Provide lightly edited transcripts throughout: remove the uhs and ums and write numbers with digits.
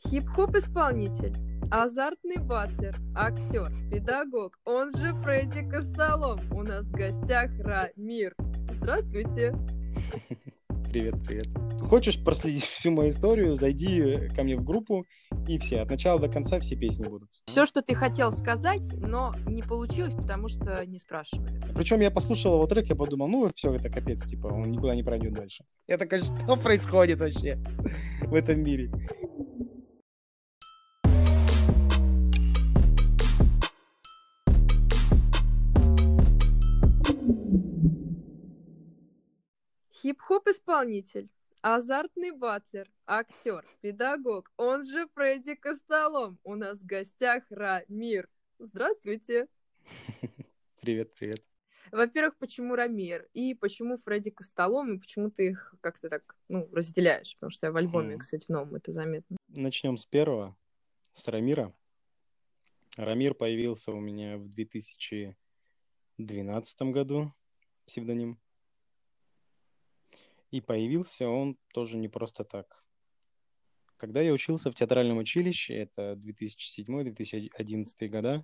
Хип-хоп-исполнитель, азартный батлер, актер, педагог, он же Фредди Костолом. У нас в гостях Рамир. Здравствуйте. Привет, привет. Хочешь проследить всю мою историю, зайди ко мне в группу, и все, от начала до конца все песни будут. Все, что ты хотел сказать, но не получилось, потому что не спрашивали. Причем я послушал его трек, я подумал, ну все, это капец, типа, он никуда не пройдет дальше. Я такой, что происходит вообще в этом мире? Хип-хоп-исполнитель, азартный батлер, актер, педагог, он же Фредди Костолом. У нас в гостях Рамир. Здравствуйте. Привет, привет. Во-первых, почему Рамир? И почему Фредди Костолом? И почему ты их как-то так, разделяешь? Потому что в альбоме, кстати, в новом это заметно. Начнем с первого, с Рамира. Рамир появился у меня в 2012 году, псевдоним. И появился он тоже не просто так. Когда я учился в театральном училище, это 2007-2011 года,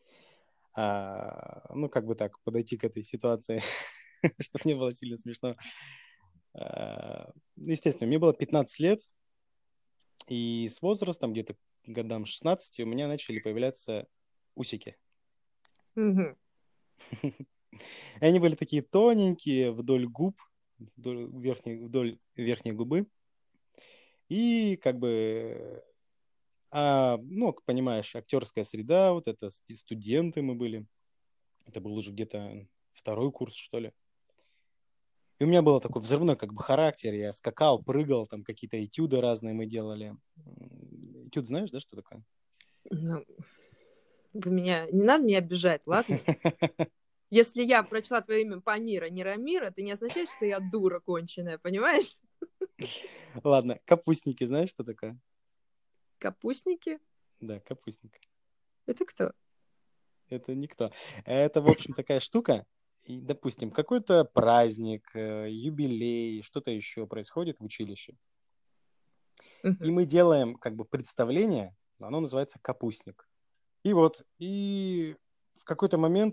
как бы так, подойти к этой ситуации, чтобы не было сильно смешно. Естественно, мне было 15 лет, и с возрастом, где-то годам 16, у меня начали появляться усики. Угу. Они были такие тоненькие, вдоль губ, вдоль верхней губы. И как бы, понимаешь, актерская среда, вот это студенты мы были. Это был уже где-то второй курс, что ли. И у меня был такой взрывной как бы характер. Я скакал, прыгал, там какие-то этюды разные мы делали. Этюд знаешь, да, что такое? Не надо меня обижать, ладно? Если я прочла твое имя Памира, не Рамира, это не означает, что я дура конченая, понимаешь? Ладно, капустники, знаешь, что такое? Капустники? Да, капустник. Это кто? Это никто. Это, в общем, такая штука. И, допустим, какой-то праздник, юбилей, что-то еще происходит в училище. И мы делаем как бы представление, оно называется капустник. И в какой-то момент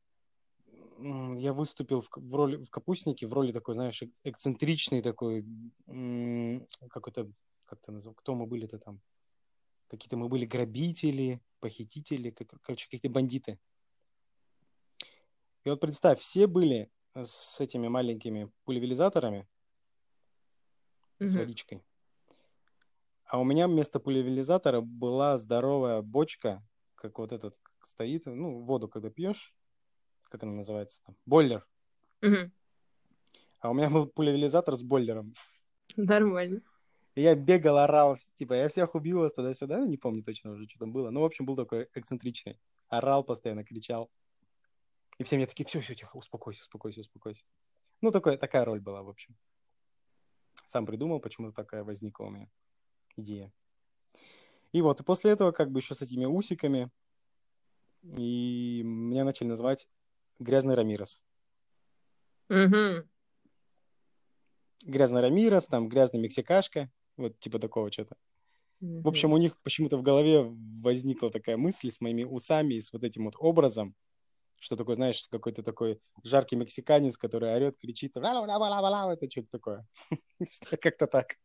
я выступил в капустнике, в роли такой, знаешь, эксцентричный такой, какой-то, как это назвал, кто мы были-то там? Какие-то мы были грабители, похитители, короче, какие-то бандиты. И вот представь, все были с этими маленькими пулевелизаторами, с водичкой. А у меня вместо пулевелизатора была здоровая бочка, как вот этот стоит, воду когда пьешь, как она называется там, бойлер. А у меня был пулевелизатор с бойлером. Нормально. И я бегал, орал, типа, я всех убил вас туда-сюда, не помню точно уже, что там было. Ну, в общем, был такой эксцентричный. Орал постоянно, кричал. И все мне такие, все, тихо, успокойся, успокойся, успокойся. Ну, такая роль была, в общем. Сам придумал, почему-то такая возникла у меня идея. И после этого, как бы еще с этими усиками, и меня начали называть Грязный Рамирес. Грязный Рамирес, там, Грязный Мексикашка, вот типа такого что-то. В общем, у них почему-то в голове возникла такая мысль с моими усами и с вот этим вот образом, что такое, знаешь, какой-то такой жаркий мексиканец, который орет, кричит, это что-то такое. Как-то так.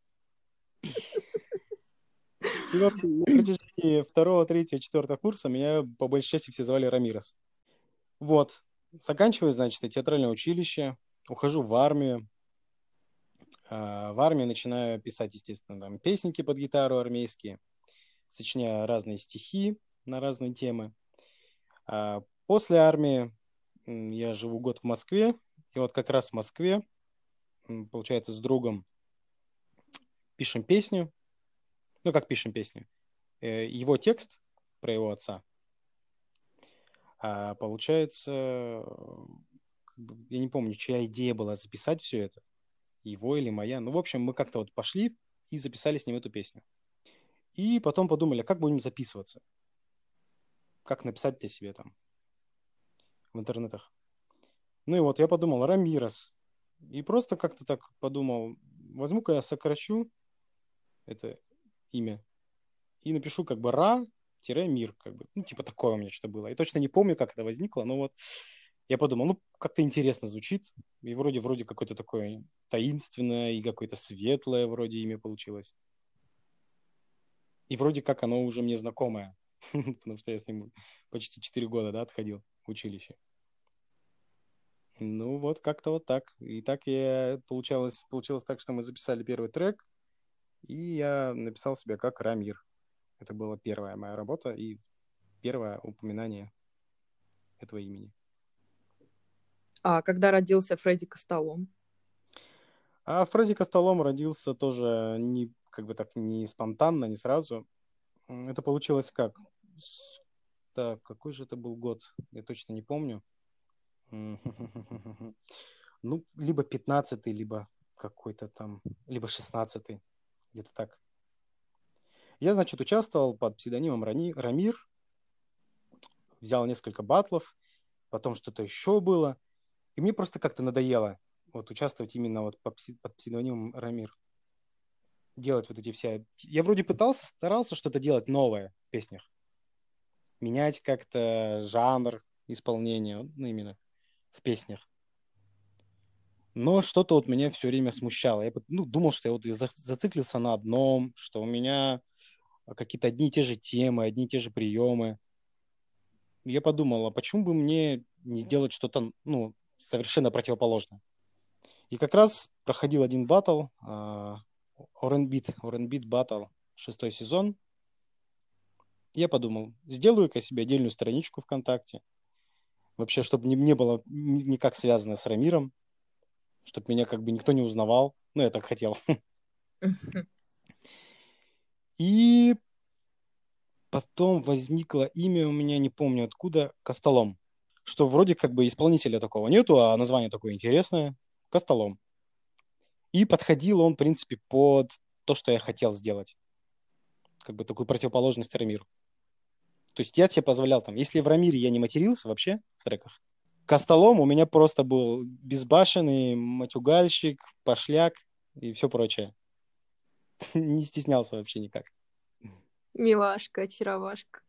И на протяжении 2, 3, 4 курса меня по большей части все звали Рамирес. Вот. Заканчиваю, значит, театральное училище, ухожу в армию. В армии начинаю писать, естественно, там песенки под гитару армейские, сочиняю разные стихи на разные темы. После армии я живу год в Москве, и вот как раз в Москве, получается, с другом пишем песню. Ну, как пишем песню? Его текст про его отца. Получается, я не помню, чья идея была записать все это, его или моя. Ну, в общем, мы как-то вот пошли и записали с ним эту песню. И потом подумали, как будем записываться? Как написать для себя там в интернетах? Ну и вот я подумал, Рамирес. И просто как-то так подумал, возьму-ка я сокращу это имя и напишу как бы Ра-Мир, как бы. Ну, типа такое у меня что-то было. Я точно не помню, как это возникло, но вот я подумал, ну, как-то интересно звучит. И вроде какое-то такое таинственное и какое-то светлое вроде имя получилось. И вроде как оно уже мне знакомое, потому что я с ним почти 4 года, да, отходил в училище. Ну, вот как-то вот так. И так получилось так, что мы записали первый трек, и я написал себя как Рамир. Это была первая моя работа и первое упоминание этого имени. А когда родился Фредди Костолом? А Фредди Костолом родился тоже не, как бы так, не спонтанно, не сразу. Это получилось как? Так, какой же это был год? Я точно не помню. Ну, либо 15-й, либо какой-то там, либо 16-й. Где-то так. Я, значит, участвовал под псевдонимом Рамир, взял несколько батлов, потом что-то еще было. И мне просто как-то надоело вот участвовать именно вот под псевдонимом Рамир. Делать вот эти все... Я вроде пытался, старался что-то делать новое в песнях. Менять как-то жанр исполнения, ну, именно в песнях. Но что-то вот меня все время смущало. Я думал, что я вот зациклился на одном, что у меня какие-то одни и те же темы, одни и те же приемы. Я подумал, а почему бы мне не сделать что-то, ну, совершенно противоположное? И как раз проходил один батл, Orenbeat батл, 6-й сезон. Я подумал, сделаю-ка себе отдельную страничку ВКонтакте. Вообще, чтобы не было никак связано с Рамиром, чтобы меня как бы никто не узнавал. Ну, я так хотел. И потом возникло имя у меня, не помню откуда, Костолом. Что вроде как бы исполнителя такого нету, а название такое интересное. Костолом. И подходил он, в принципе, под то, что я хотел сделать. Как бы такую противоположность Рамиру. То есть я себе позволял там, если в Рамире я не матерился вообще в треках, Костолом у меня просто был безбашенный матюгальщик, пошляк и все прочее. Не стеснялся вообще никак. Милашка, очаровашка.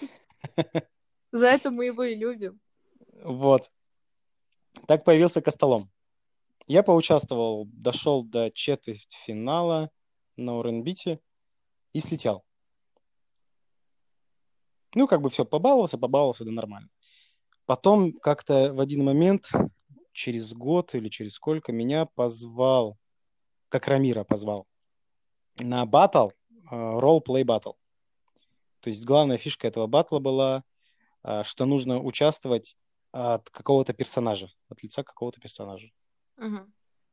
За это мы его и любим. Вот. Так появился Костолом. Я поучаствовал, дошел до четвертьфинала на Оренбите и слетел. Ну, как бы все, побаловался, да нормально. Потом как-то в один момент, через год или через сколько, меня позвал, как Рамира позвал, на батл, ролл-плей батл. То есть главная фишка этого батла была, что нужно участвовать от какого-то персонажа, от лица какого-то персонажа. Угу.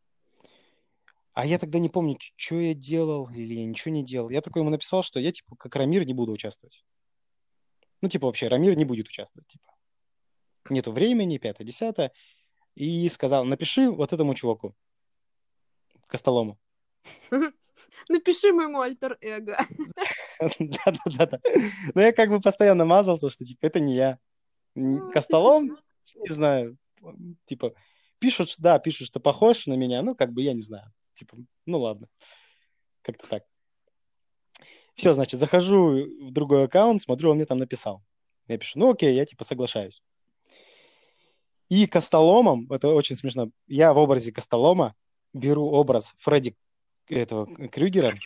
А я тогда не помню, что я делал или я ничего не делал. Я такой ему написал, что я, типа, как Рамир не буду участвовать. Ну, типа, вообще, Рамир не будет участвовать, типа. Нету времени, 5-10. И сказал, напиши вот этому чуваку, Костолому. Напиши моему альтер-эго. Да. Но я как бы постоянно мазался, что, типа, это не я. Костолом, не знаю, типа, пишут, что похож на меня, ну, как бы, я не знаю. Типа, ну, ладно. Как-то так. Все, значит, захожу в другой аккаунт, смотрю, он мне там написал. Я пишу, ну, окей, я, типа, соглашаюсь. И Костоломом, это очень смешно, я в образе Костолома беру образ Фредди этого Крюгера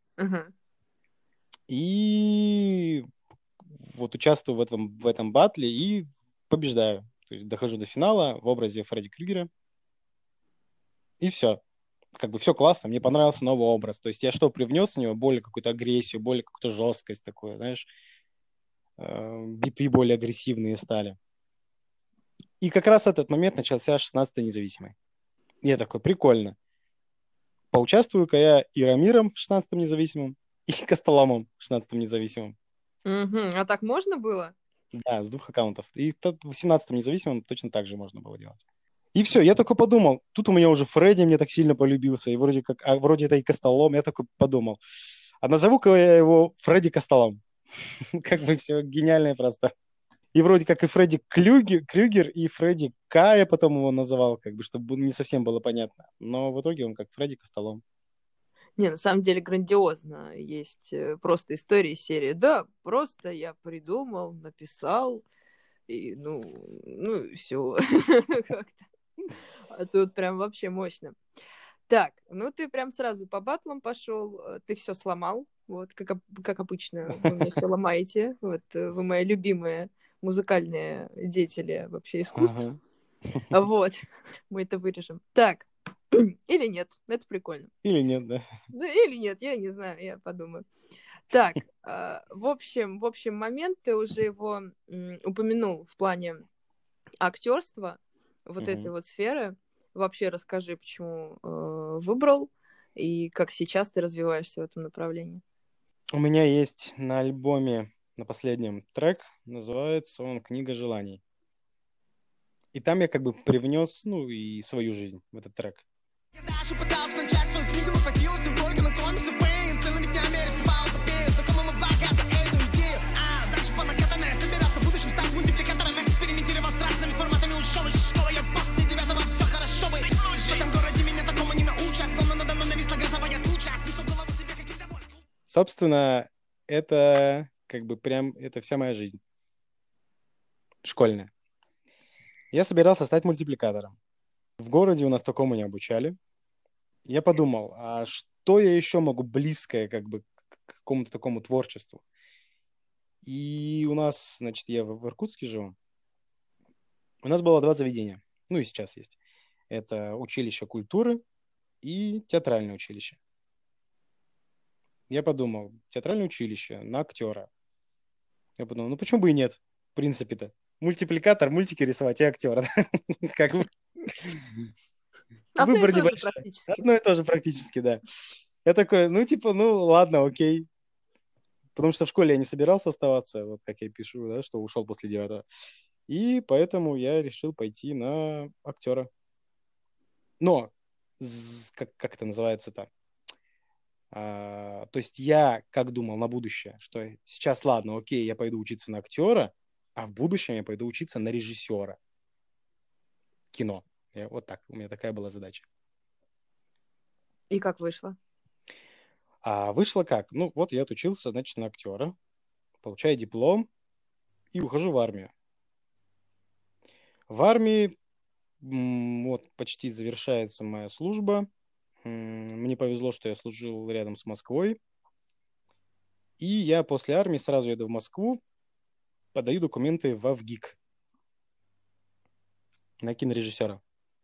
и вот участвую в этом батле и побеждаю. То есть дохожу до финала в образе Фредди Крюгера. И все. Как бы все классно, мне понравился новый образ. То есть я что привнес в него? Более какую-то агрессию, более какую-то жесткость такую, знаешь. Биты более агрессивные стали. И как раз в этот момент начался 16-й независимый. Я такой, прикольно. Поучаствую-ка я и Рамиром в 16-м независимом, и Костоломом в 16-м независимом. А так можно было? Да, с 2 аккаунтов. И в 17-м независимом точно так же можно было делать. И все, я только подумал, тут у меня уже Фредди мне так сильно полюбился, и вроде это и Костолом, я такой подумал, а назову-ка я его Фредди Костолом. Как бы все гениальное просто. И вроде как и Фредди Крюгер, и Фредди К я потом его называл, как бы, чтобы не совсем было понятно. Но в итоге он как Фредди Костолом. Не, на самом деле грандиозно. Есть просто истории из серии. Да, просто я придумал, написал, и ну все. А тут прям вообще мощно. Так, ну ты прям сразу по батлам пошел, ты все сломал, вот, как обычно вы мне все ломаете, вот, вы мои любимые музыкальные деятели вообще искусств, Ага. вот, мы это вырежем. Так, или нет, это прикольно. Или нет, да. Да, или нет, я не знаю, я подумаю. Так, в общем, момент, ты уже его упомянул в плане актерства, вот этой Мгм. вот сферы. Вообще расскажи, почему выбрал и как сейчас ты развиваешься в этом направлении. У меня есть на альбоме, на последнем трек, называется он «Книга желаний». И там я как бы привнес, ну, и свою жизнь в этот трек. Я даже пытался начать свою книгу, но хватилось им только на комиксы Пейн. Целыми днями рисовал эпопею, знакомым облака за эту идею. А дальше по накатанной собирался в будущем стать мультипликатором. Экспериментировал с разными форматами, ушел из школы. Я после 9-го все хорошо бы. В этом городе меня такому не научат. Словно надо мной нависла грозовая туча. Список голову себе каким-то боль. Собственно, это как бы прям, это вся моя жизнь школьная. Я собирался стать мультипликатором. В городе у нас такому не обучали. Я подумал, а что я еще могу близкое как бы к какому-то такому творчеству? И у нас, значит, я в Иркутске живу. У нас было два заведения. Ну и сейчас есть. Это училище культуры и театральное училище. Я подумал, театральное училище на актера. Я подумал, ну почему бы и нет, в принципе-то. Мультипликатор, мультики рисовать и актера. Как бы Одно и выбор то же небольшой. практически. Одно и то же практически, да. Я такой, ну типа, ну ладно, окей. Потому что в школе я не собирался оставаться, вот как я пишу, да, что ушел после 9-го. И поэтому я решил пойти на актера. Но, как это называется-то? То есть я как думал на будущее, что сейчас, ладно, окей, я пойду учиться на актера, а в будущем я пойду учиться на режиссера кино. Вот так, у меня такая была задача. И как вышло? А вышло как? Ну, вот я отучился, значит, на актера, получаю диплом и ухожу в армию. В армии вот почти завершается моя служба. Мне повезло, что я служил рядом с Москвой. И я после армии сразу еду в Москву, подаю документы в ВГИК на кинорежиссера.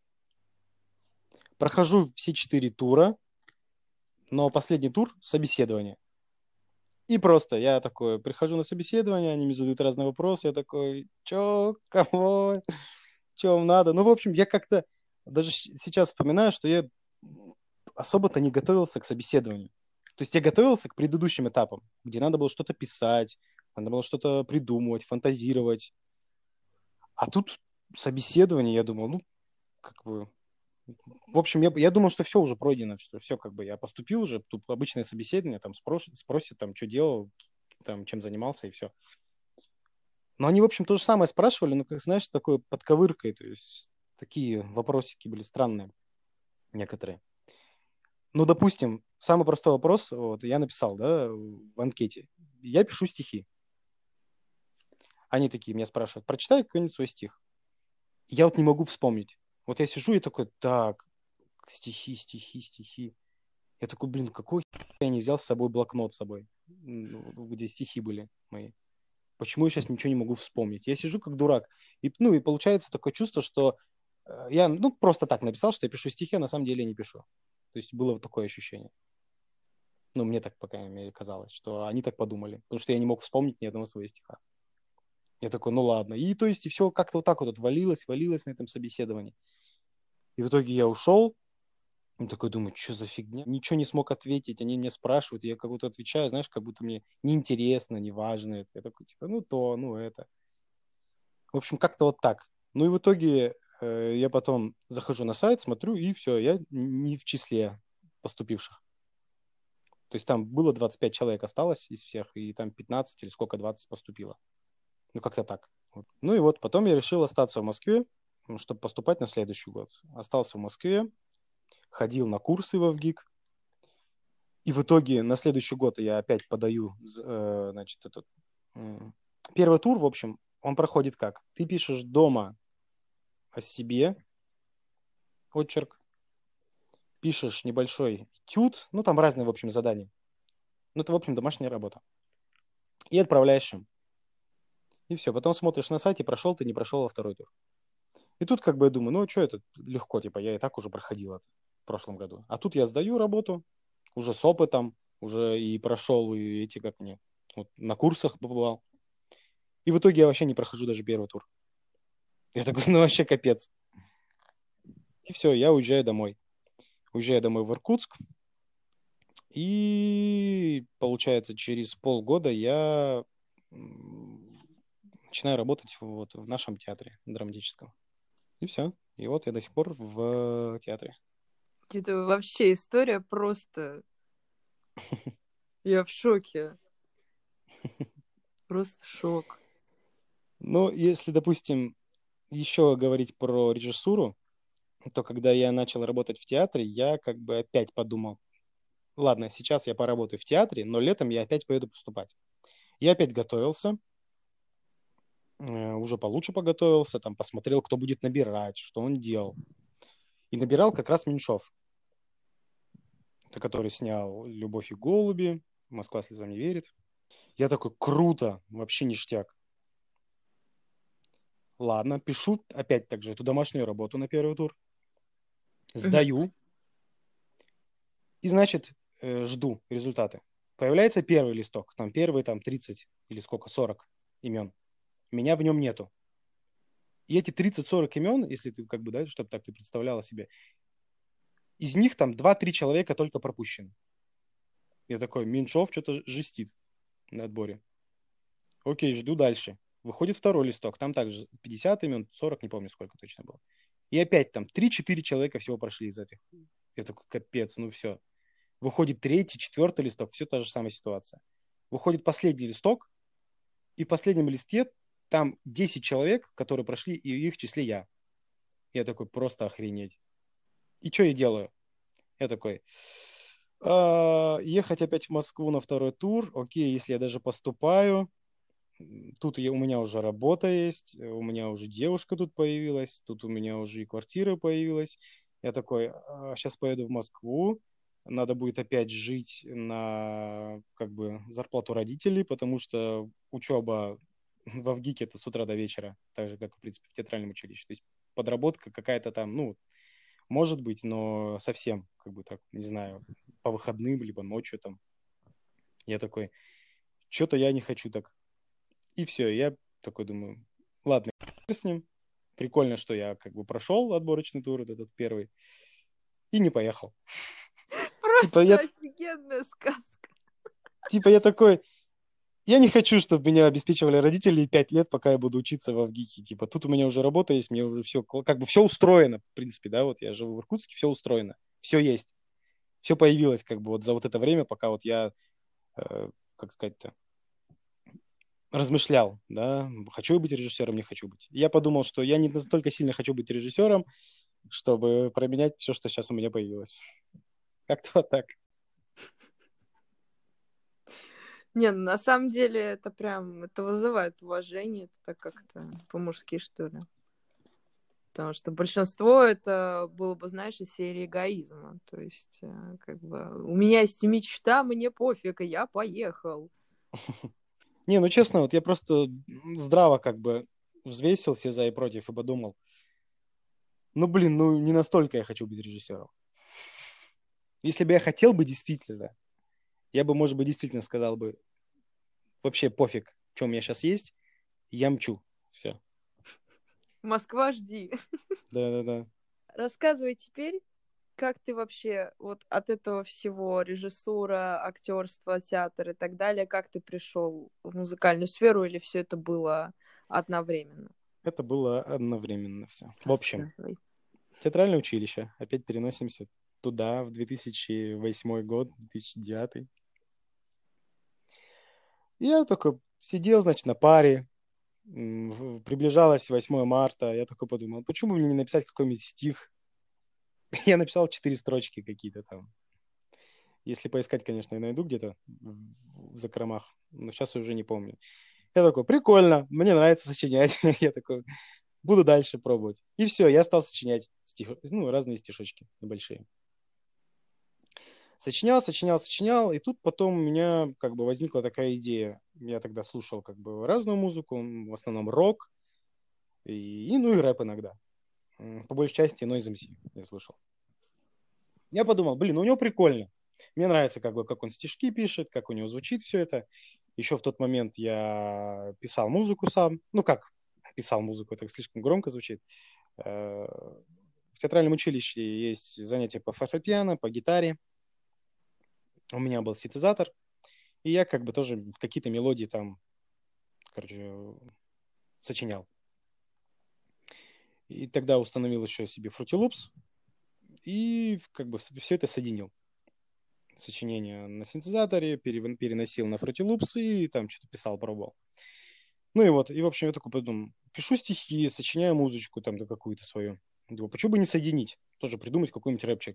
Прохожу все 4 тура, но последний тур — собеседование. И просто я такой, прихожу на собеседование, они мне задают разные вопросы, я такой, чё, кого, чё вам надо? Ну, в общем, я как-то даже сейчас вспоминаю, что я особо-то не готовился к собеседованию. То есть я готовился к предыдущим этапам, где надо было что-то писать, надо было что-то придумывать, фантазировать. А тут собеседование, я думал, ну, как бы... В общем, я думал, что все уже пройдено, что все, как бы я поступил уже, тут обычное собеседование, там спросят, там, что делал, там, чем занимался, и все. Но они, в общем, то же самое спрашивали, но, как знаешь, такой подковыркой, то есть такие вопросики были странные некоторые. Ну, допустим, самый простой вопрос, вот, я написал, да, в анкете. Я пишу стихи. Они такие меня спрашивают, прочитай какой-нибудь свой стих. Я вот не могу вспомнить. Вот я сижу и такой, так, стихи. Я такой, блин, какой я не взял с собой блокнот с собой, где стихи были мои. Почему я сейчас ничего не могу вспомнить? Я сижу как дурак. И, ну, и получается такое чувство, что я, ну, просто так написал, что я пишу стихи, а на самом деле я не пишу. То есть было вот такое ощущение. Ну, мне так, по крайней мере, казалось, что они так подумали. Потому что я не мог вспомнить ни одного своего стиха. Я такой, ну ладно. И то есть и все как-то вот так вот валилось на этом собеседовании. И в итоге я ушел. И такой думаю, что за фигня? Ничего не смог ответить. Они меня спрашивают, я как будто отвечаю, знаешь, как будто мне неинтересно, неважно это. Я такой, типа, ну то, ну это. В общем, как-то вот так. Ну и в итоге я потом захожу на сайт, смотрю, и все, я не в числе поступивших. То есть там было 25 человек осталось из всех, и там 15 или сколько, 20 поступило. Ну, как-то так. Вот. Ну и вот потом я решил остаться в Москве, чтобы поступать на следующий год. Остался в Москве, ходил на курсы в ВГИК. И в итоге на следующий год я опять подаю, значит, первый тур, в общем, он проходит как? Ты пишешь дома о себе очерк, пишешь небольшой этюд, ну, там разные, в общем, задания. Ну, это, в общем, домашняя работа. И отправляешь им. И все. Потом смотришь на сайте, прошел ты, не прошел во второй тур. И тут как бы я думаю, ну, что это легко, типа, я и так уже проходил это в прошлом году. А тут я сдаю работу, уже с опытом, уже и прошел, и эти, как мне, вот, на курсах побывал. И в итоге я вообще не прохожу даже первый тур. Я такой, ну, вообще капец. И все, я уезжаю домой. Уезжаю домой в Иркутск. И, получается, через полгода я начинаю работать вот в нашем театре драматическом. И все. И вот я до сих пор в театре. Это вообще история просто... Я в шоке. Просто шок. Ну, если, допустим, еще говорить про режиссуру, то когда я начал работать в театре, я как бы опять подумал, ладно, сейчас я поработаю в театре, но летом я опять поеду поступать. Я опять готовился, уже получше поготовился, там посмотрел, кто будет набирать, что он делал. И набирал как раз Меньшов, который снял «Любовь и голуби», «Москва слезам не верит». Я такой, круто, вообще ништяк. Ладно, пишу опять так же эту домашнюю работу на первый тур. Сдаю. И, значит, жду результаты. Появляется первый листок, там первые там 30 или сколько, 40 имен. Меня в нем нету. И эти 30-40 имен, если ты как бы, да, чтобы так ты представляла себе, из них там 2-3 человека только пропущены. Я такой, Меньшов что-то жестит на отборе. Окей, жду дальше. Выходит второй листок, там также 50 имен, 40, не помню, сколько точно было. И опять там 3-4 человека всего прошли из этих. Я такой, капец, ну все. Выходит третий, четвертый листок, все та же самая ситуация. Выходит последний листок, и в последнем листе там 10 человек, которые прошли, и в их числе я. Я такой, просто охренеть. И что я делаю? Я такой, ехать опять в Москву на второй тур. Окей, если я даже поступаю, тут у меня уже работа есть, у меня уже девушка тут появилась, тут у меня уже и квартира появилась. Я такой, сейчас поеду в Москву, надо будет опять жить на как бы зарплату родителей, потому что учеба в Авгике это с утра до вечера, так же, как, в принципе, в театральном училище. То есть подработка какая-то там, ну, может быть, но совсем, как бы так, не знаю, по выходным, либо ночью там. Я такой, что-то я не хочу так. И все, я такой думаю, ладно, с ним. Прикольно, что я как бы прошел отборочный тур, вот этот первый, и не поехал. Просто офигенная сказка. Типа я такой, я не хочу, чтобы меня обеспечивали родители 5 лет, пока я буду учиться в Авгике. Типа тут у меня уже работа есть, мне уже все, как бы все устроено, в принципе, да, вот я живу в Иркутске, все устроено, все есть, все появилось как бы вот за вот это время, пока вот я, как сказать-то, размышлял, да, хочу быть режиссером, не хочу быть. Я подумал, что я не настолько сильно хочу быть режиссером, чтобы променять все, что сейчас у меня появилось. Как-то вот так. Не, ну на самом деле это прям, это вызывает уважение, это так как-то по-мужски, что ли. Потому что большинство это было бы, знаешь, из серии эгоизма. То есть, как бы, у меня есть мечта, мне пофиг, и я поехал. Не, ну честно, вот я просто здраво как бы взвесил все за и против и подумал, ну блин, ну не настолько я хочу быть режиссером. Если бы я хотел бы действительно, я бы, может быть, действительно сказал бы, вообще пофиг, что у меня сейчас есть, я мчу. Все. Москва, жди. Да-да-да. Рассказывай теперь, как ты вообще вот от этого всего, режиссура, актерство, театр и так далее, как ты пришел в музыкальную сферу, или все это было одновременно? Это было одновременно все. В общем, Рассказывай. театральное училище. Опять переносимся туда, в 2008 год, 2009. Я такой сидел, значит, на паре, приближалось 8 марта, я такой подумал, почему бы мне не написать какой-нибудь стих? Я написал 4 строчки какие-то там. Если поискать, конечно, я найду где-то в закромах, но сейчас я уже не помню. Я такой, прикольно, мне нравится сочинять. Я такой, буду дальше пробовать. И все, я стал сочинять разные стишочки небольшие. Сочинял, и тут потом у меня как бы возникла такая идея. Я тогда слушал как бы разную музыку, в основном рок, и рэп иногда. По большей части Noise MC я слушал. Я подумал, у него прикольно. Мне нравится, как он стишки пишет, как у него звучит все это. Еще в тот момент я писал музыку сам. Ну, как писал музыку, это слишком громко звучит. В театральном училище есть занятия по фортепиано, по гитаре. У меня был синтезатор. И я как бы тоже какие-то мелодии там, сочинял. И тогда установил еще себе Fruity Loops. И как бы все это соединил. Сочинение на синтезаторе, переносил на Fruity Loops и там что-то писал, пробовал. Ну и вот, и в общем я такой подумал, пишу стихи, сочиняю музычку там какую-то свою. Думаю, почему бы не соединить? Тоже придумать какой-нибудь рэпчик.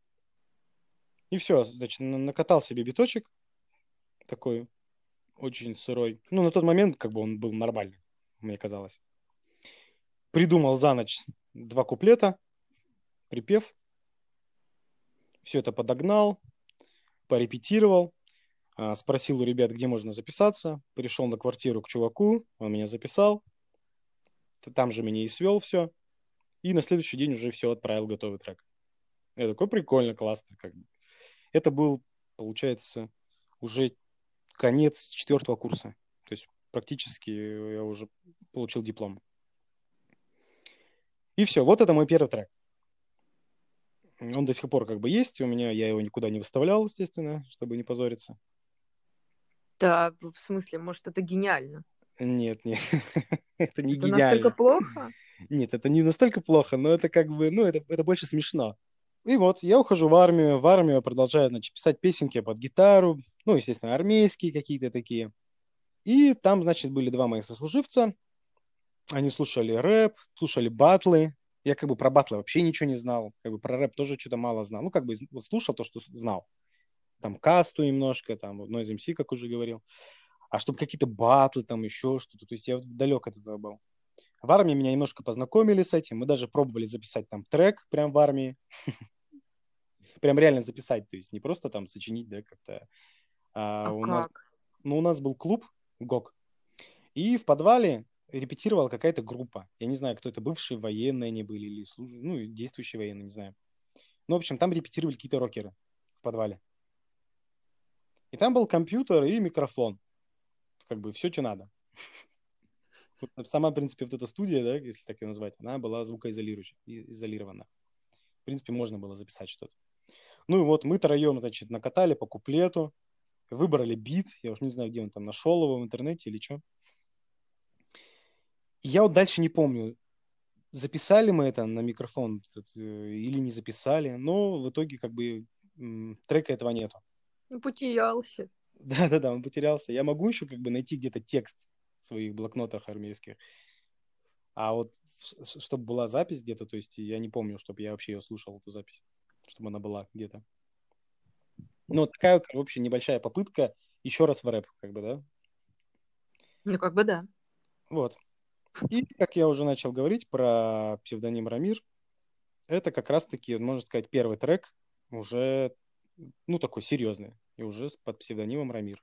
И все, значит, накатал себе биточек такой, очень сырой. Ну, на тот момент как бы он был нормальный, мне казалось. Придумал за ночь 2 куплета, припев. Все это подогнал, порепетировал. Спросил у ребят, где можно записаться. Пришел на квартиру к чуваку, он меня записал. Там же меня и свел все. И на следующий день уже все отправил, готовый трек. Я такой, прикольно, классно. Как бы. Это был, получается, уже конец 4 курса. То есть практически я уже получил диплом. И все, вот это мой первый трек. Он до сих пор как бы есть у меня, я его никуда не выставлял, естественно, чтобы не позориться. Да, в смысле, может, это гениально? Нет, это не Это настолько гениально. плохо? Нет, это не настолько плохо, но это как бы, это больше смешно. И вот я ухожу в армию продолжаю, значит, писать песенки под гитару, естественно, армейские какие-то такие. И там, значит, были 2 моих сослуживца, они слушали рэп, слушали батлы. Я как бы про батлы вообще ничего не знал, как бы про рэп тоже что-то мало знал. Ну, как бы вот слушал то, что знал. Там касту немножко, там Noise MC, как уже говорил. А чтобы какие-то батлы, там еще что-то. То есть я далек от этого был. В армии меня немножко познакомили с этим. Мы даже пробовали записать там трек прям в армии. Прям реально записать. То есть не просто там сочинить, да, как-то. А У как? нас был клуб ГОК. И в подвале репетировала какая-то группа. Я не знаю, кто это, бывшие военные они были или действующие военные, не знаю. Ну, в общем, там репетировали какие-то рокеры в подвале. И там был компьютер и микрофон. Как бы все, что надо. Сама, в принципе, вот эта студия, да, если так ее назвать, она была звукоизолирована. В принципе, можно было записать что-то. Ну и вот мы 3, значит, накатали по куплету, выбрали бит. Я уж не знаю, где он там нашел его в интернете или что. И я вот дальше не помню, записали мы это на микрофон или не записали, но в итоге как бы трека этого нету. Ну, потерялся. Да, он потерялся. Я могу еще как бы найти где-то текст в своих блокнотах армейских. А вот чтобы была запись где-то, то есть я не помню, чтобы я вообще ее слушал, эту запись, чтобы она была где-то. Ну, вот такая, в общем, небольшая попытка еще раз в рэп, как бы, да? Ну, как бы да. Вот. И, как я уже начал говорить про псевдоним Рамир, это как раз-таки, можно сказать, первый трек уже, такой серьезный, и уже под псевдонимом Рамир.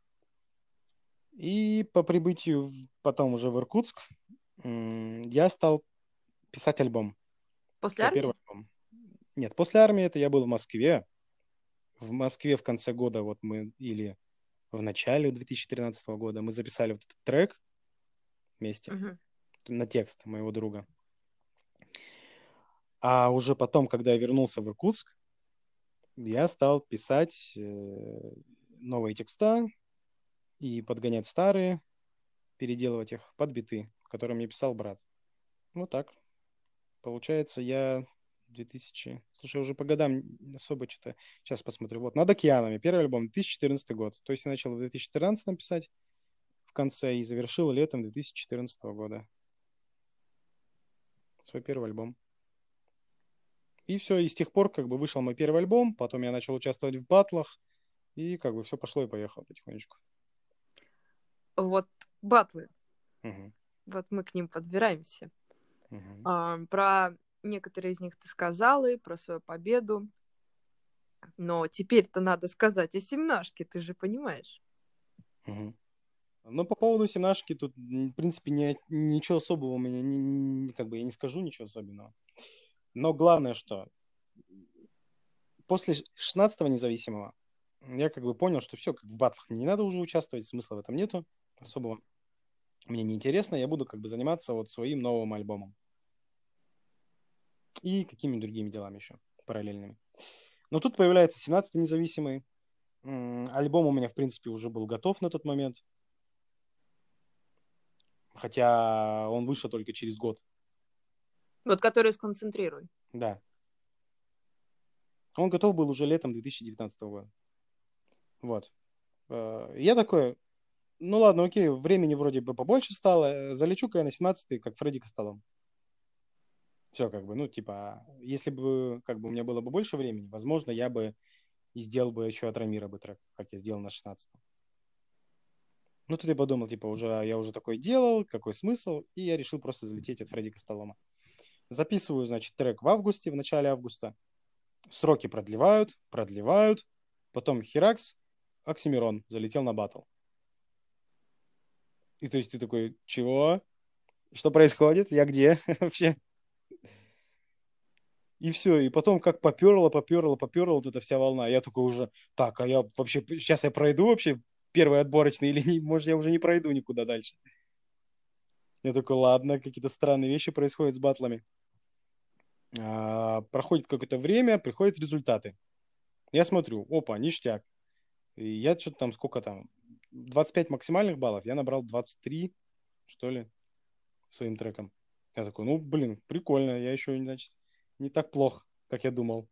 И по прибытию потом уже в Иркутск я стал писать альбом. После Свой армии? первый альбом. Нет, после армии это я был в Москве. В Москве в конце года или в начале 2013 года мы записали вот этот трек вместе на текст моего друга. А уже потом, когда я вернулся в Иркутск, я стал писать новые текста и подгонять старые, переделывать их под биты, которые мне писал брат. Вот так. Получается, я 2000... Слушай, уже по годам особо что-то... Сейчас посмотрю. Вот, «Над океанами». Первый альбом, 2014 год. То есть я начал в 2013 писать в конце и завершил летом 2014 года. Свой первый альбом. И все, и с тех пор как бы вышел мой первый альбом, потом я начал участвовать в баттлах, И как бы все пошло и поехало потихонечку. Вот батлы. Мгм. Вот мы к ним подбираемся. Мгм. Про некоторые из них ты сказал, и про свою победу. Но теперь-то надо сказать о семнашке, ты же понимаешь. Мгм. Но по поводу семнашки тут, в принципе, ничего особого у меня, как бы я не скажу ничего особенного. Но главное, что после 16-го независимого я как бы понял, что все, как в батлах мне не надо уже участвовать, смысла в этом нету особого. Мне неинтересно, я буду как бы заниматься вот своим новым альбомом. И какими другими делами еще параллельными. Но тут появляется 17-й независимый. Альбом у меня, в принципе, уже был готов на тот момент. Хотя он вышел только через год. Вот который сконцентрируй. Да. Он готов был уже летом 2019 года. Вот. Я такой, ну ладно, окей, времени вроде бы побольше стало. Залечу-ка я на 17-й, как Фредди Костолом. Все, как бы, ну, типа, если бы, как бы, у меня было бы больше времени, возможно, я бы и сделал бы еще от Рамира бы трек, как я сделал на 16-м. Ну, тут я подумал, типа, я уже такое делал, какой смысл, и я решил просто залететь от Фредди Костолома. Записываю, значит, трек в августе, в начале августа. Сроки продлевают, потом херакс, Оксимирон залетел на батл. И то есть ты такой, чего? Что происходит? Я где вообще? И все, и потом как поперло вот эта вся волна. Я такой уже, так, а я вообще, сейчас я пройду вообще первый отборочный или не, может, я уже не пройду никуда дальше. Я такой, ладно, какие-то странные вещи происходят с батлами. Проходит какое-то время, приходят результаты. Я смотрю, опа, ништяк. И я что-то там, сколько там, 25 максимальных баллов, я набрал 23, что ли, своим треком. Я такой, ну, блин, прикольно, я еще, значит, не так плох, как я думал.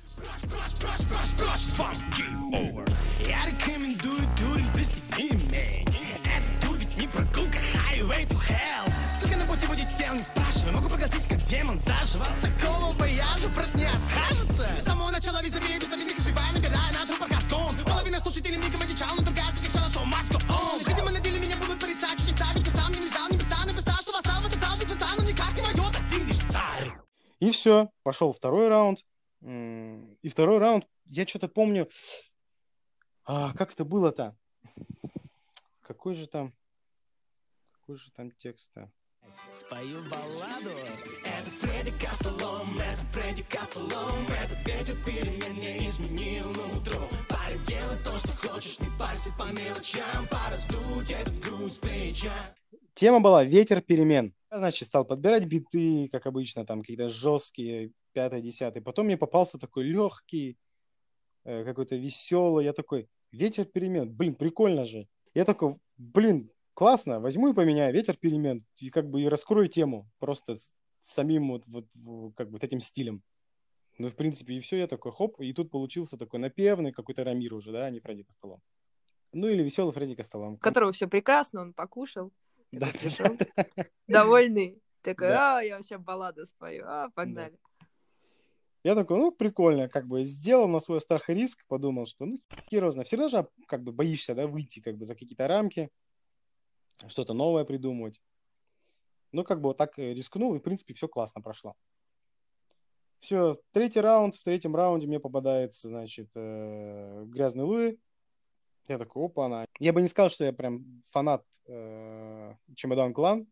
Я рекомендую туринг, пристегни ремень. Этот тур ведь не прогулка, highway to hell. Сколько на пути будет тел, не спрашивай. Могу проглотить, как демон заживо. Такого вояжа, брат, не откажется. С самого начала визави, без новинок сбивая, набирая на трупах оском. Половина слушателей мигом одичала, но другая закачала шоу маску. Видимо, на деле меня будут порицать чудеса, ведь я сам не влезал, небеса написал, что вассал в этот зал без отца, но никак не войдет один лишь царь. И все, пошел второй раунд. И второй раунд, я что-то помню, как это было-то? Какой же там текст-то? Спою балладу. Это Фредди Костолом, это Фредди Костолом. Этот ветер перемен не изменил нутро. Парень, делай то, что хочешь, не парься по мелочам. Пора сдуть этот груз с плеча. Тема была «Ветер перемен». Я, значит, стал подбирать биты, как обычно, там какие-то жесткие, 5-10. Потом мне попался такой легкий, какой-то веселый. Я такой, «Ветер перемен». Блин, прикольно же. Я такой, блин, классно, возьму и поменяю «Ветер перемен». И как бы и раскрою тему просто с самим как бы вот этим стилем. Ну, в принципе, и все. Я такой, хоп, и тут получился такой напевный какой-то Рамир уже, да, а не Фредди Костолом. Ну, или веселый Фредди Костолом. У которого все прекрасно, он покушал. Да, Такой пришел, довольный. Такой, да. я вообще балладу спою, погнали. Я такой, ну, прикольно, как бы сделал на свой страх и риск, подумал, что, ну, хер его знает. Все равно же, как бы, боишься, да, выйти, как бы, за какие-то рамки, что-то новое придумывать. Ну, как бы, вот так рискнул, и, в принципе, все классно прошло. Все, третий раунд, в третьем раунде мне попадается, значит, Грязный Луи. Я такой, опа, она. Я бы не сказал, что я прям фанат Чемодан Клан,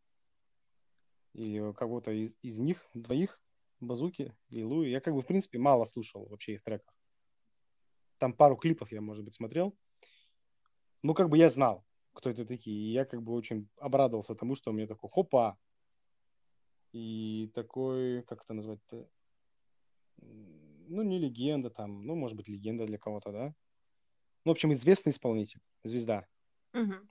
и кого-то из них, двоих, Базуки и Луи. Я, как бы, в принципе, мало слушал вообще их треков. Там пару клипов я, может быть, смотрел. Ну, как бы я знал, кто это такие. И я как бы очень обрадовался тому, что у меня такой хопа. И такой, как это назвать-то? Ну, не легенда там. Ну, может быть, легенда для кого-то, да? Ну, в общем, известный исполнитель. Звезда. Мгм.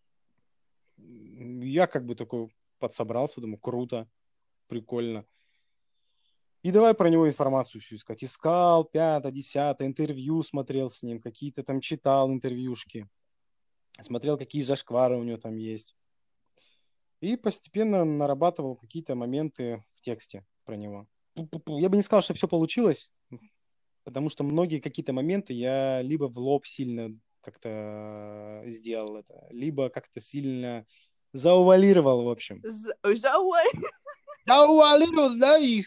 Я как бы такой подсобрался, думаю, круто, прикольно. И давай про него информацию всю искать. Искал, 5-10, интервью смотрел с ним, какие-то там читал интервьюшки. Смотрел, какие зашквары у него там есть. И постепенно нарабатывал какие-то моменты в тексте про него. Я бы не сказал, что все получилось. потому что многие какие-то моменты я либо в лоб сильно как-то сделал это, либо как-то сильно заувалировал, в общем. Жауай. Заувалировал, да, их?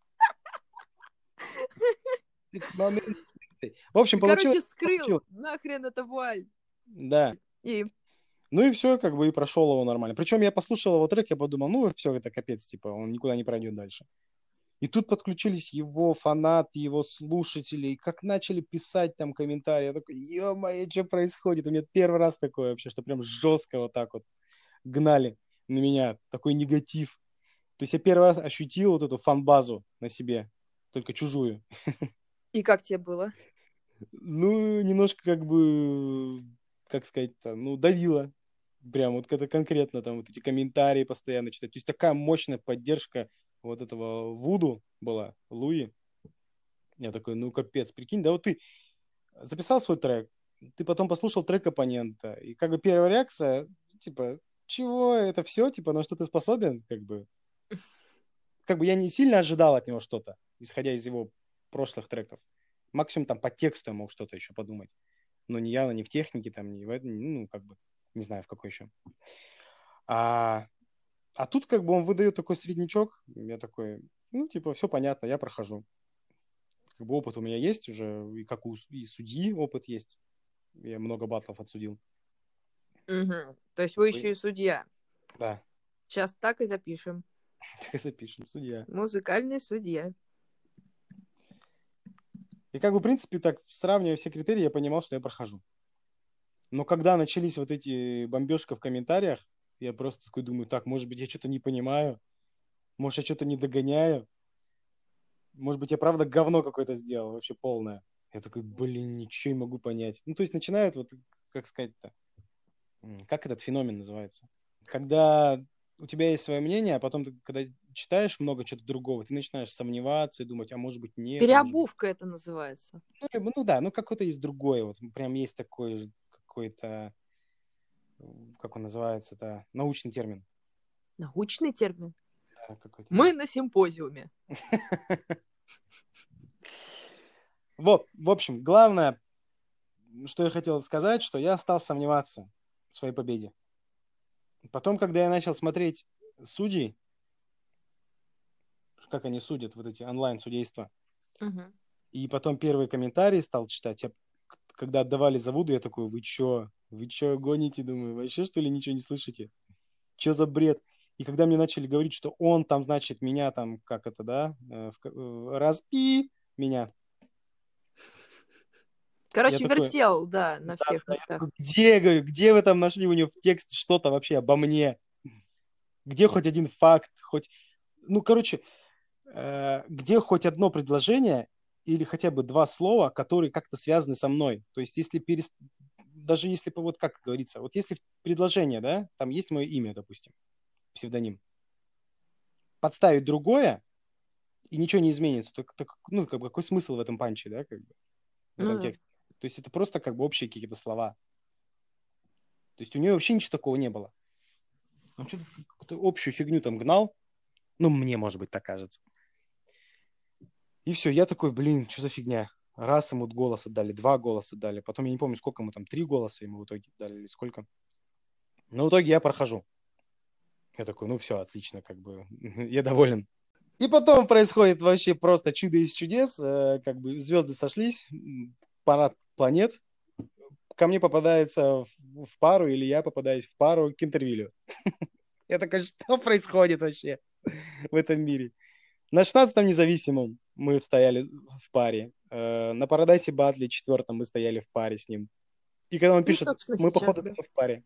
Моменты. В общем, Ты, короче, получилось. скрыл нахрен это вуаль. Да. И Ну и все, как бы и прошел его нормально. Причем я послушал его трек, я подумал, ну все, это капец, типа, он никуда не пройдет дальше. И тут подключились его фанаты, его слушатели, и как начали писать там комментарии. Я такой, ё-моё, что происходит? У меня первый раз такое вообще, что прям жестко вот так вот гнали на меня, такой негатив. То есть я первый раз ощутил вот эту фан-базу на себе, только чужую. как тебе было? Ну, немножко как бы, как сказать-то, ну, давило. Прям вот это конкретно там вот эти комментарии постоянно читать. То есть такая мощная поддержка вот этого Вуду была, Луи. Я такой, ну, капец, прикинь, да вот ты записал свой трек, ты потом послушал трек оппонента, и как бы первая реакция, типа, чего, это все, типа, на что ты способен, как бы. Как бы я не сильно ожидал от него что-то, исходя из его прошлых треков. Максимум там по тексту я мог что-то еще подумать. Но не явно, не в технике, там, не в этом, ну, как бы, не знаю, в какой еще. А тут как бы он выдает такой среднячок, я такой, ну, типа, все понятно, я прохожу. Как бы опыт у меня есть уже, и как и судьи опыт есть. Я много батлов отсудил. Угу. То есть вы еще и судья. Да, Сейчас так и запишем. так и запишем, судья. Музыкальный судья. И как бы, в принципе, так, сравнивая все критерии, я понимал, что я прохожу. Но когда начались вот эти бомбежки в комментариях, я просто такой думаю, так, может быть, я что-то не понимаю, может, я что-то не догоняю, может быть, я правда говно какое-то сделал, вообще полное. Я такой, блин, ничего не могу понять. Ну, то есть начинают вот, как сказать-то, как этот феномен называется? Когда у тебя есть свое мнение, а потом, ты, когда читаешь много чего-то другого, ты начинаешь сомневаться и думать, а может быть, нет. Переобувка это называется. Ну да, ну какое-то есть другое. Вот прям есть такой же какой-то, как он называется-то, научный термин. Научный термин. Да, какой-то Мы есть. на симпозиуме. Вот, в общем, главное, что я хотел сказать, что я стал сомневаться в своей победе. Потом, когда я начал смотреть судей, как они судят, вот эти онлайн-судейства, и потом первые комментарии стал читать, когда отдавали за Вуду, я такой, вы чё гоните, думаю, вообще что ли ничего не слышите? Чё за бред? И когда мне начали говорить, что он там, значит, меня там, как это, да, распи меня. Короче, Я такой, вертел, да, на всех местах. Говорю, где вы там нашли у него в тексте что-то вообще обо мне? Где хоть один факт, хоть... Ну, короче, где хоть одно предложение или хотя бы два слова, которые как-то связаны со мной? То есть, если даже если, вот как говорится, вот если предложение, да, там есть мое имя, допустим, псевдоним, подставить другое, и ничего не изменится, то ну, как бы, какой смысл в этом панче, да, как бы, в этом тексте? То есть, это просто как бы общие какие-то слова. То есть, у нее вообще ничего такого не было. Он что-то какую-то общую фигню там гнал. Ну, мне, может быть, так кажется. И все, я такой, блин, что за фигня? Раз ему голос отдали, два голоса дали. Потом я не помню, сколько мы там, 3 голоса ему в итоге дали или сколько. Но в итоге я прохожу. Я такой, ну все, отлично, как бы, я доволен. И потом происходит вообще просто чудо из чудес. Как бы звезды сошлись, парад планет. Ко мне попадается в пару, или я попадаюсь в пару к Интервилю. Я такой, что происходит вообще в этом мире? На 16-м независимом мы стояли в паре. На Парадайсе Батле 4-м мы стояли в паре с ним. И когда он пишет, мы походу в паре.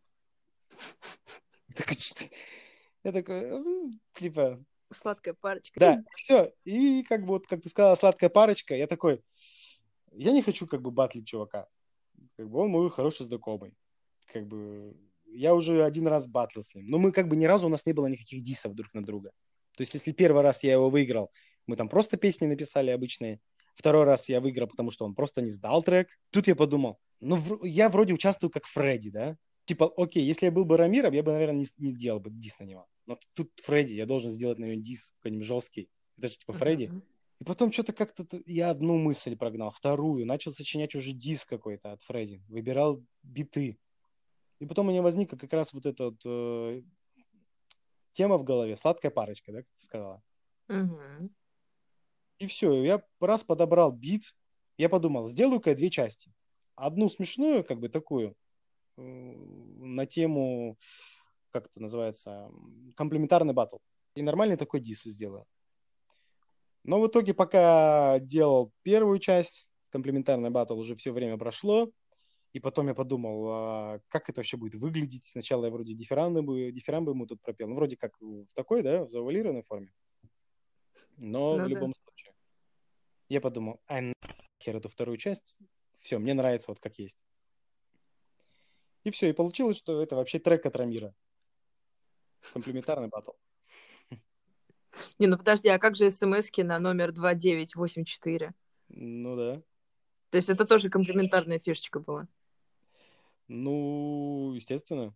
Я такой, типа... Сладкая парочка. Да, все. И как бы, вот, как ты сказала, сладкая парочка. Я такой, я не хочу как бы батлить чувака. Как бы он мой хороший знакомый. Как бы я уже один раз батлил с ним. Но мы как бы ни разу у нас не было никаких дисов друг на друга. То есть, если первый раз я его выиграл, мы там просто песни написали обычные. Второй раз я выиграл, потому что он просто не сдал трек. Тут я подумал, ну, я вроде участвую как Фредди, да? Типа, окей, если я был бы Рамиром, я бы, наверное, не делал бы дис на него. Но тут Фредди, я должен сделать на него дис какой-нибудь жесткий. Это же типа Фредди. И потом что-то как-то я одну мысль прогнал, вторую. Начал сочинять уже диск какой-то от Фредди. Выбирал биты. И потом у меня возникла как раз вот эта вот, тема в голове. Сладкая парочка, да, как ты сказала. Мгм. И все. Я раз подобрал бит. Я подумал, сделаю-ка я 2 части. Одну смешную, как бы такую, на тему, как это называется, комплементарный батл. И нормальный такой дис сделаю. Но в итоге, пока делал первую часть, комплементарный батл, уже все время прошло. И потом я подумал, как это вообще будет выглядеть. Сначала я вроде дифирамбы ему тут пропел. Ну, вроде как в такой, да, в завуалированной форме. Но в Ну да. любом случае. Я подумал, нахер эту вторую часть. Все, мне нравится вот как есть. И все, и получилось, что это вообще трек от Рамира. Комплементарный батл. Не, ну подожди, а как же смски на номер 2984? Ну да. То есть это тоже комплементарная фишечка была. Ну, естественно.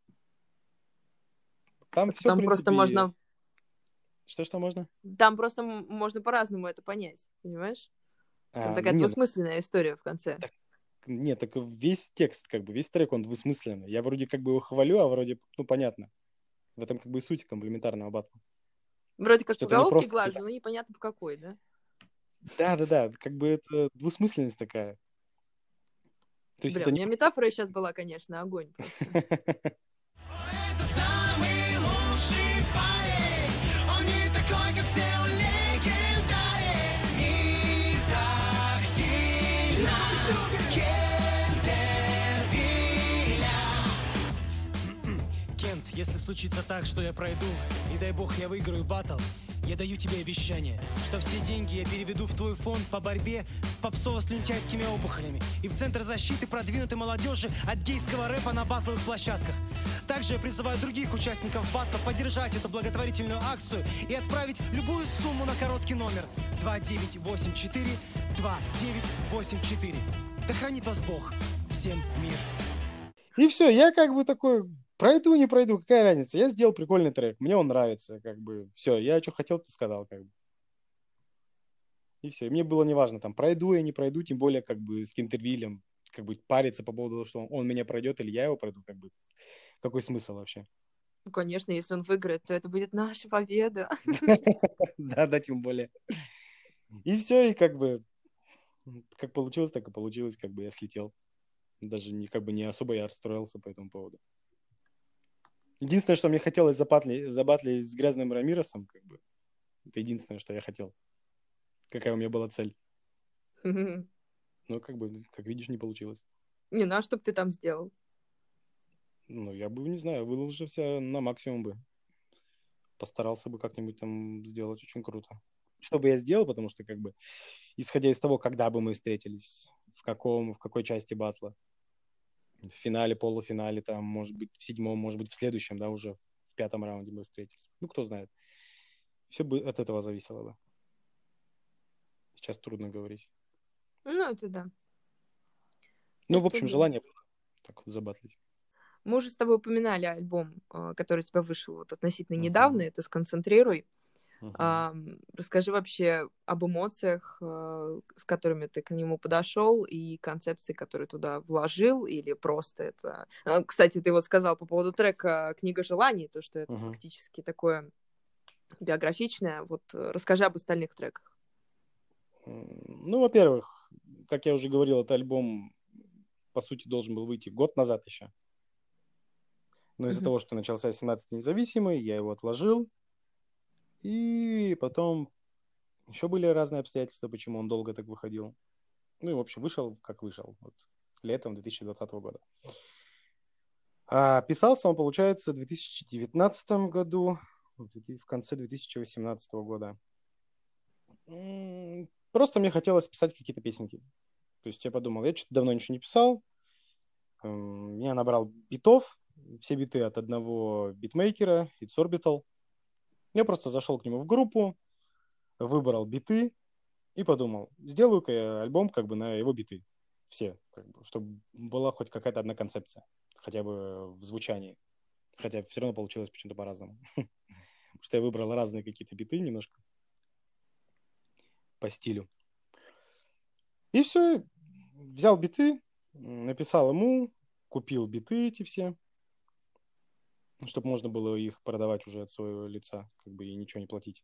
Там все, в Там просто принципе... можно... Что можно? Там просто можно по-разному это понять, понимаешь? Там такая Не, ну, двусмысленная история в конце. так, нет, так весь текст, как бы, весь трек, он двусмысленный. Я вроде как бы его хвалю, а вроде, ну, понятно. В этом как бы и суть комплементарного батла. Вроде как Что по это не головке просто глажу, какие-то... но непонятно по какой, да? Да, как бы это двусмысленность такая. То есть Бля, это у не... меня метафора сейчас была, конечно, огонь просто. Это самый лучший парень. Он не такой, как все, он легендарен. Не так сильно Кентервилля. Кент, если случится так, что я пройду, и дай бог я выиграю баттл, я даю тебе обещание, что все деньги я переведу в твой фонд по борьбе с попсово-слюнтяйскими опухолями и в Центр защиты продвинутой молодежи от гейского рэпа на батловых площадках. Также я призываю других участников батла поддержать эту благотворительную акцию и отправить любую сумму на короткий номер 2984 2984. Да хранит вас Бог. Всем мир. И все, я как бы такой, пройду, не пройду, какая разница. Я сделал прикольный трек, мне он нравится, как бы, все, я что хотел, то сказал, как бы. И все, и мне было неважно, там, пройду я, не пройду, тем более, как бы, с Кентервиллем, как бы, париться по поводу того, что он меня пройдет или я его пройду, как бы, какой смысл вообще? Ну, конечно, если он выиграет, то это будет наша победа. Да, тем более. И все, и как бы, как получилось, так и получилось, как бы я слетел. Даже не, как бы не особо я расстроился по этому поводу. Единственное, что мне хотелось забатлить с грязным Рамиросом, как бы, это единственное, что я хотел. Какая у меня была цель. Не, Но, как бы, как видишь, не получилось. ну а что бы ты там сделал? Ну, я бы, не знаю, выложился на максимум бы. Постарался бы как-нибудь там сделать очень круто. Что бы я сделал, потому что, как бы, исходя из того, когда бы мы встретились, в какой части батла, в финале, полуфинале, там, может быть, в 7-м, может быть, в следующем, да, уже в 5-м раунде мы встретились. Ну, кто знает. Все бы от этого зависело бы. Сейчас трудно говорить. Ну, это да. Ну, в Это общем, да. желание было так вот забатлить. Мы уже с тобой упоминали альбом, который у тебя вышел вот относительно Мгм. недавно, это «Сконцентрируй». Мгм. Расскажи вообще об эмоциях, с которыми ты к нему подошел, и концепции, которые туда вложил, или просто это... Кстати, ты вот сказал по поводу трека «Книга желаний», то, что это Мгм. фактически такое биографичное. Вот расскажи об остальных треках. Ну, во-первых, как я уже говорил, этот альбом, по сути, должен был выйти год назад еще. Но из-за Мгм. того, что начался 17-й независимый, я его отложил. И потом еще были разные обстоятельства, почему он долго так выходил. Ну и, в общем, вышел, как вышел. Вот, летом 2020 года. А писался он, получается, в 2019 году, в конце 2018 года. Просто мне хотелось писать какие-то песенки. То есть я подумал, я что-то давно ничего не писал. Я набрал битов, все биты от одного битмейкера, It's Orbital. Я просто зашел к нему в группу, выбрал биты и подумал, сделаю-ка я альбом как бы на его биты. Все, как бы, чтобы была хоть какая-то одна концепция, хотя бы в звучании. Хотя все равно получилось почему-то по-разному. Потому что я выбрал разные какие-то биты немножко. по стилю. И все, взял биты, написал ему, купил биты эти все, чтобы можно было их продавать уже от своего лица, как бы и ничего не платить.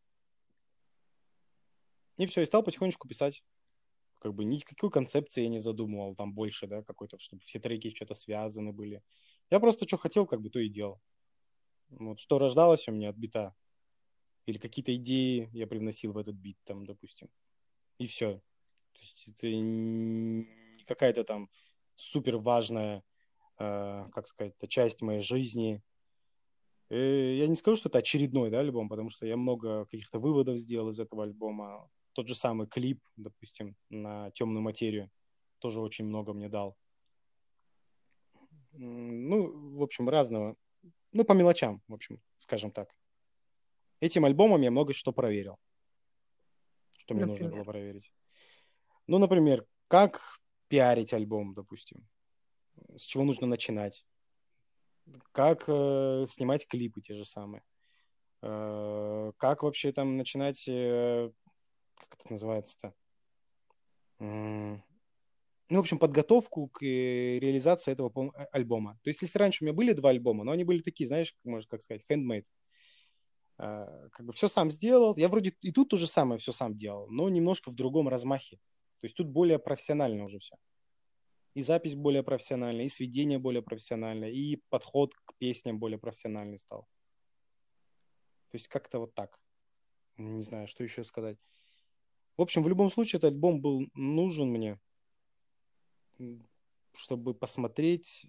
И все, и стал потихонечку писать. Как бы никакой концепции я не задумывал там больше, да, какой-то, чтобы все треки что-то связаны были. Я просто что хотел, как бы то и делал. Вот что рождалось у меня от бита. Или какие-то идеи я привносил в этот бит, там, допустим. И все. То есть это не какая-то там супер важная, как сказать, часть моей жизни. Я не скажу, что это очередной, да, альбом, потому что я много каких-то выводов сделал из этого альбома. Тот же самый клип, допустим, на «Темную материю» тоже очень много мне дал. Ну, в общем, разного. Ну, по мелочам, в общем, скажем так. Этим альбомом я много что проверил, что мне нужно было Например. проверить. Ну, например, как пиарить альбом, допустим. С чего нужно начинать. Как снимать клипы те же самые. Как вообще там начинать... как это называется-то? Ну, в общем, подготовку к реализации этого альбома. То есть, если раньше у меня были 2 альбома, но они были такие, знаешь, можно как сказать, handmade. Как бы все сам сделал. Я вроде и тут то же самое все сам делал, но немножко в другом размахе. То есть тут более профессионально уже все. И запись более профессиональная, и сведение более профессиональное, и подход к песням более профессиональный стал. То есть как-то вот так. Не знаю, что еще сказать. В общем, в любом случае этот альбом был нужен мне, чтобы посмотреть.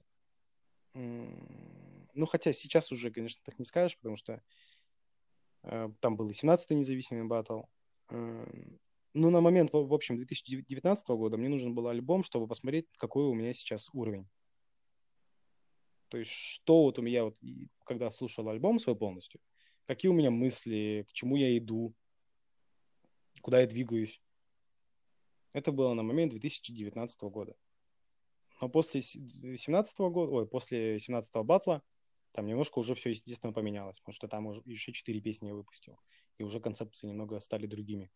Ну, хотя сейчас уже, конечно, так не скажешь, потому что там был и 17-й независимый баттл. Ну, на момент, в общем, 2019 года мне нужен был альбом, чтобы посмотреть, какой у меня сейчас уровень. То есть, что вот у меня, вот, когда слушал альбом свой полностью, какие у меня мысли, к чему я иду, куда я двигаюсь. Это было на момент 2019 года. Но после 17 года, после 17-го батла, там немножко уже все, естественно, поменялось, потому что там уже еще 4 песни я выпустил. И уже концепции немного стали другими.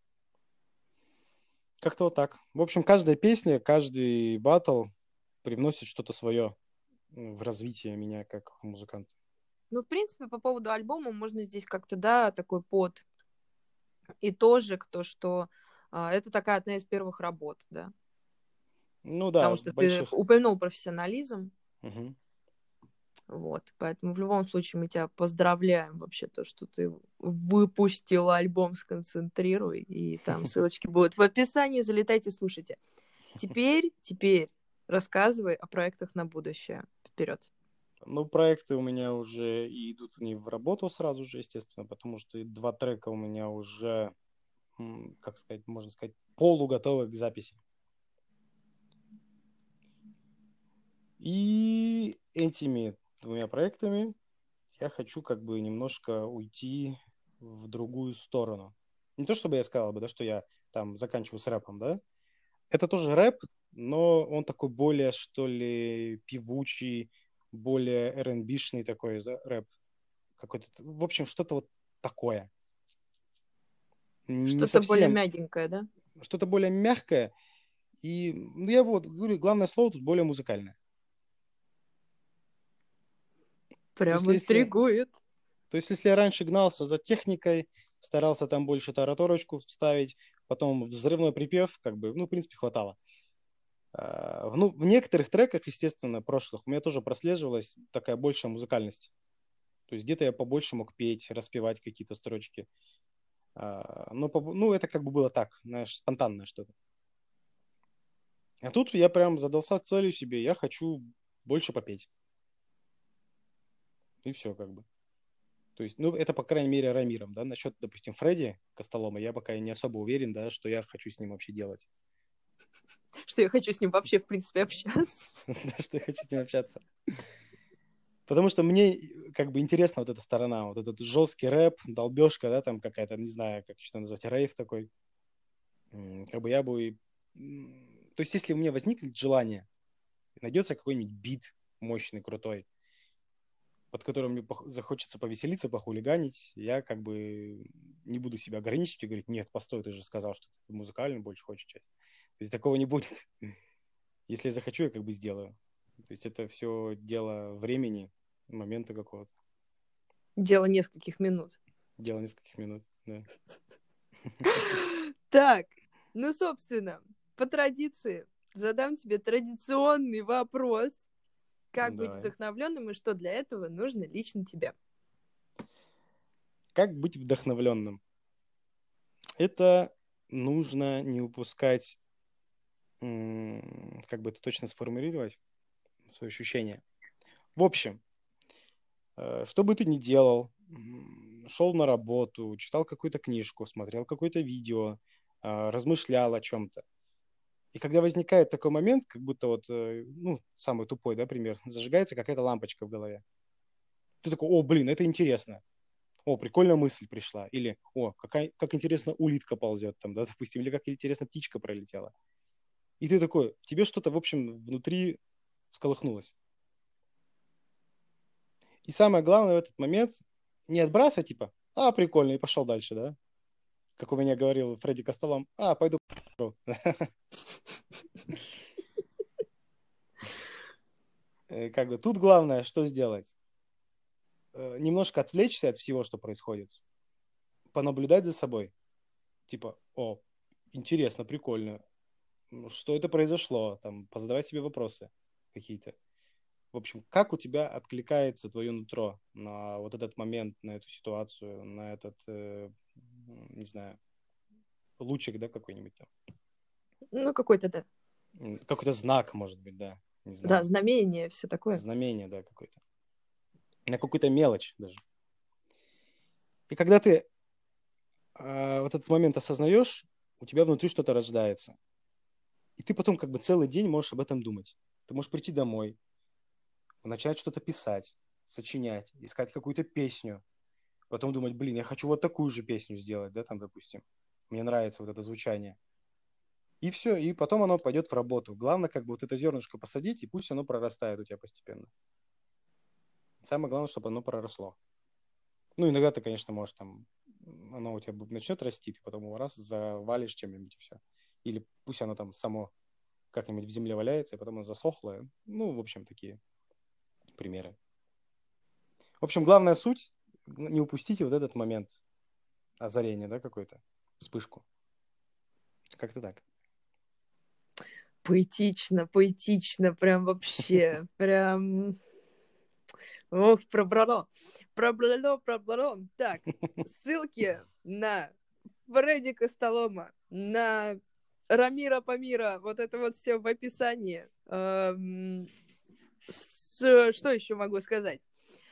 Как-то вот так. В общем, каждая песня, каждый батл привносит что-то свое в развитие меня как музыканта. Ну, в принципе, по поводу альбома можно здесь как-то, да, такой под итожик, то, что это такая одна из первых работ, да. Ну Потому да, что ты больших. упомянул профессионализм, Угу. вот, поэтому в любом случае мы тебя поздравляем вообще, то, что ты выпустил альбом «Сконцентрируй», и там ссылочки будут в описании, залетайте, слушайте. Теперь рассказывай о проектах на будущее. Вперед. Ну, проекты у меня уже и идут не в работу сразу же, естественно, потому что 2 трека у меня уже, как сказать, можно сказать, полуготовы к записи. И этими 2 проектами я хочу как бы немножко уйти в другую сторону. Не то, чтобы я сказал бы, да, что я там заканчиваю с рэпом, да. Это тоже рэп, но он такой более, что ли, певучий, более R&B-шный такой рэп. Какой-то, в общем, что-то вот такое. Не Что-то более совсем, мягенькое, да? что-то более мягкое. И ну, я вот говорю, главное слово тут более музыкальное. То есть, Прям если, интригует. то есть, если я раньше гнался за техникой, старался там больше тараторочку вставить, потом взрывной припев, как бы, ну, в принципе, хватало. Ну, в некоторых треках, естественно, прошлых, у меня тоже прослеживалась такая большая музыкальность. То есть где-то я побольше мог петь, распевать какие-то строчки. Ну, это как бы было так, знаешь, спонтанное что-то. А тут я прям задался целью себе, я хочу больше попеть. И все как бы. То есть, ну, это, по крайней мере, Рамиром, да. Насчет, допустим, Фредди Костолома я пока не особо уверен, да, что я хочу с ним вообще делать. Что я хочу с ним вообще, в принципе, общаться. Что я хочу с ним общаться. Потому что мне как бы интересна вот эта сторона, вот этот жесткий рэп, долбежка, да, там какая-то, не знаю, как что назвать, рейв такой. Как бы я бы... То есть, если у меня возникнет желание, найдется какой-нибудь бит мощный, крутой, под которым мне захочется повеселиться, похулиганить, я как бы не буду себя ограничивать и говорить, нет, постой, ты же сказал, что ты музыкальную больше хочешь часть. То есть такого не будет. Если я захочу, я как бы сделаю. То есть это все дело времени, момента какого-то. Дело нескольких минут. Дело нескольких минут, да. Так, ну, собственно, по традиции задам тебе традиционный вопрос. Как быть Давай. вдохновленным и что для этого нужно лично тебе? Как быть вдохновленным? Это нужно не упускать, как бы это точно сформулировать, свои ощущения. В общем, что бы ты ни делал, шел на работу, читал какую-то книжку, смотрел какое-то видео, размышлял о чем-то. И когда возникает такой момент, как будто вот, ну, самый тупой, да, пример, зажигается какая-то лампочка в голове. Ты такой, о, блин, это интересно. О, прикольная мысль пришла. Или, о, как интересно улитка ползет там, да, допустим, или как интересно птичка пролетела. И ты такой, в тебе что-то, в общем, внутри всколыхнулось. И самое главное в этот момент не отбрасывать, типа, прикольно, и пошел дальше, да? Как у меня говорил Фредди Костолом, пойду. Как бы тут главное, что сделать? Немножко отвлечься от всего, что происходит. Понаблюдать за собой. Типа, о, интересно, прикольно. Что это произошло? Там, позадавать себе вопросы какие-то. В общем, как у тебя откликается твое нутро на вот этот момент, на эту ситуацию, на этот, не знаю, лучик, да, какой-нибудь там? Ну, какой-то, да. Какой-то знак, может быть, да. Не знаю. Да, знамение, все такое. Знамение, да, какое-то. На какую-то мелочь даже. И когда ты вот этот момент осознаешь, у тебя внутри что-то рождается. И ты потом как бы целый день можешь об этом думать. Ты можешь прийти домой, начать что-то писать, сочинять, искать какую-то песню, потом думать, блин, я хочу вот такую же песню сделать, да, там, допустим. Мне нравится вот это звучание. И все, и потом оно пойдет в работу. Главное, как бы вот это зернышко посадить, и пусть оно прорастает у тебя постепенно. Самое главное, чтобы оно проросло. Ну, иногда ты, конечно, можешь там, оно у тебя начнет расти, ты потом его раз завалишь чем-нибудь и все. Или пусть оно там само как-нибудь в земле валяется, и потом оно засохло. Ну, в общем, такие примеры. В общем, главная суть, не упустите вот этот момент озарения, да, какой-то, вспышку. Как-то так. Поэтично, поэтично, прям вообще, прям... Ох, пробрало. Так, ссылки на Фредди Костолома, на Рамира Памира, вот это вот все в описании. Что еще могу сказать?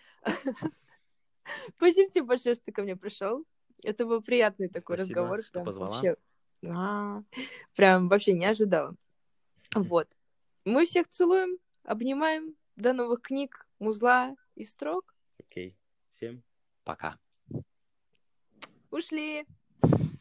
Спасибо тебе большое, что ты ко мне пришел. Это был приятный такой Спасибо, разговор. что Прям позвала. вообще, прям вообще не ожидала. Вот. Мы всех целуем, обнимаем. До новых книг, музла и строк. Окей. Всем пока. Ушли.